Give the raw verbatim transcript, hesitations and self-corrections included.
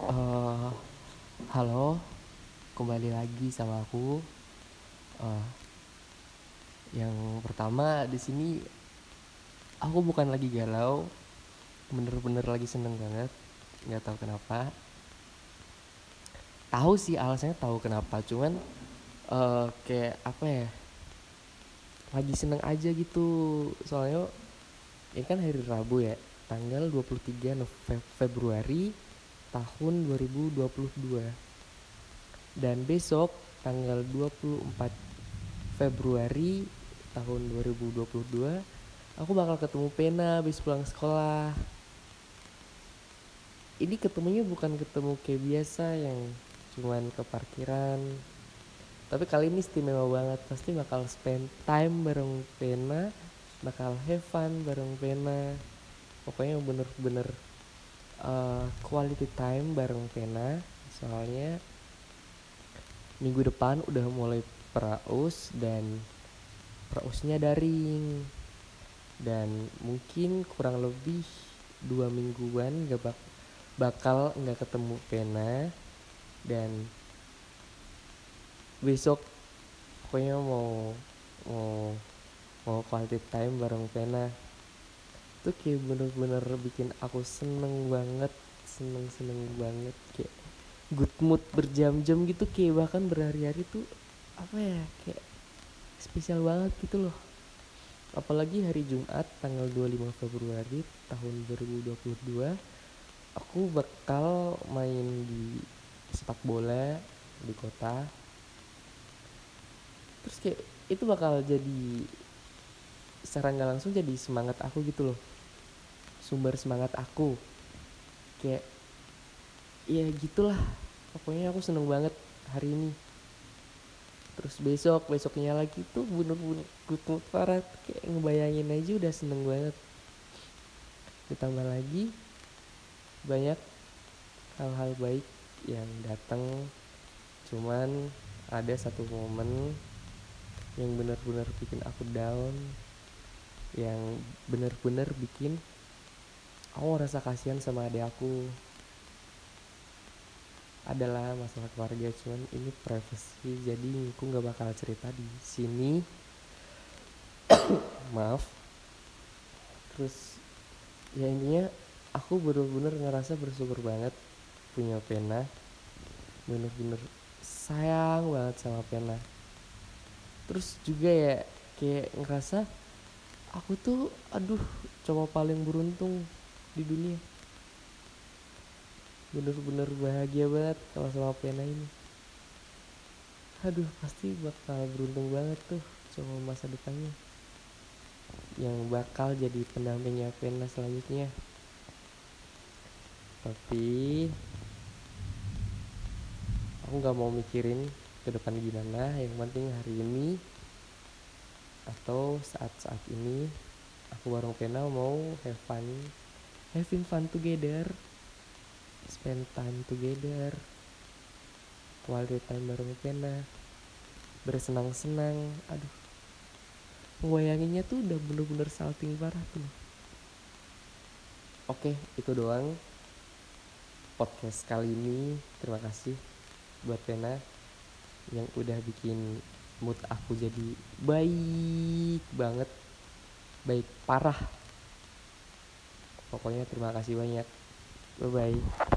Eh, halo, kembali lagi sama aku. Eh, yang pertama di sini aku bukan lagi galau, bener-bener lagi seneng banget. Nggak tahu kenapa. Tahu sih alasannya tahu kenapa, cuman eh kayak apa ya? Lagi seneng aja gitu. Soalnya ini kan hari Rabu ya, tanggal dua puluh tiga Nove- Februari tahun dua ribu dua puluh dua. Dan besok tanggal dua puluh empat Februari tahun dua ribu dua puluh dua aku bakal ketemu Pena habis pulang sekolah. Ini ketemunya bukan ketemu kayak biasa yang cuman ke parkiran, tapi kali ini istimewa banget. Pasti bakal spend time bareng Pena, bakal have fun bareng Pena. Pokoknya bener-bener uh, quality time bareng Pena. Soalnya minggu depan udah mulai praus dan prausnya daring, dan mungkin kurang lebih dua mingguan gak bak bakal nggak ketemu Pena. Dan besok pokoknya mau mau mau quality time bareng Pena. Itu kayak bener-bener bikin aku seneng banget, seneng seneng banget, kayak good mood berjam-jam gitu, kayak bahkan berhari-hari tuh apa ya, kayak spesial banget gitu loh. Apalagi hari Jumat tanggal dua puluh lima Februari tahun dua ribu dua puluh dua, aku bakal main di sepak bola di kota. Terus kayak itu bakal jadi, secara nggak langsung jadi semangat aku gitu loh, sumber semangat aku. Kayak ya gitulah, pokoknya aku seneng banget hari ini. Terus besok besoknya lagi tuh bener-bener good mood parah, kayak ngebayangin aja udah seneng banget. Ditambah lagi banyak hal-hal baik yang datang. Cuman ada satu momen yang benar-benar bikin aku down, yang benar-benar bikin aku ngerasa kasihan sama adik aku. Adalah masalah keluarga, cuman ini privacy jadi aku nggak bakal cerita di sini. Maaf. Terus ya intinya aku bener-bener ngerasa bersyukur banget punya Pena. Bener-bener sayang banget sama Pena. Terus juga ya kayak ngerasa aku tuh aduh cowok paling beruntung di dunia. Bener-bener bahagia banget kalau sama Pena ini. Aduh pasti bakal beruntung banget tuh cowok masa depannya yang bakal jadi pendampingnya Pena selanjutnya. Tapi aku nggak mau mikirin ke depan gimana, yang penting hari ini atau saat-saat ini aku bareng Pena mau have fun, having fun together, spend time together, quality time bareng Pena, bersenang-senang. Aduh, ngebayanginnya tuh udah bener-bener salting parah tuh. Oke, itu doang podcast kali ini. Terima kasih buat Pena yang udah bikin mood aku jadi baik banget, baik parah. Pokoknya terima kasih banyak. Bye bye.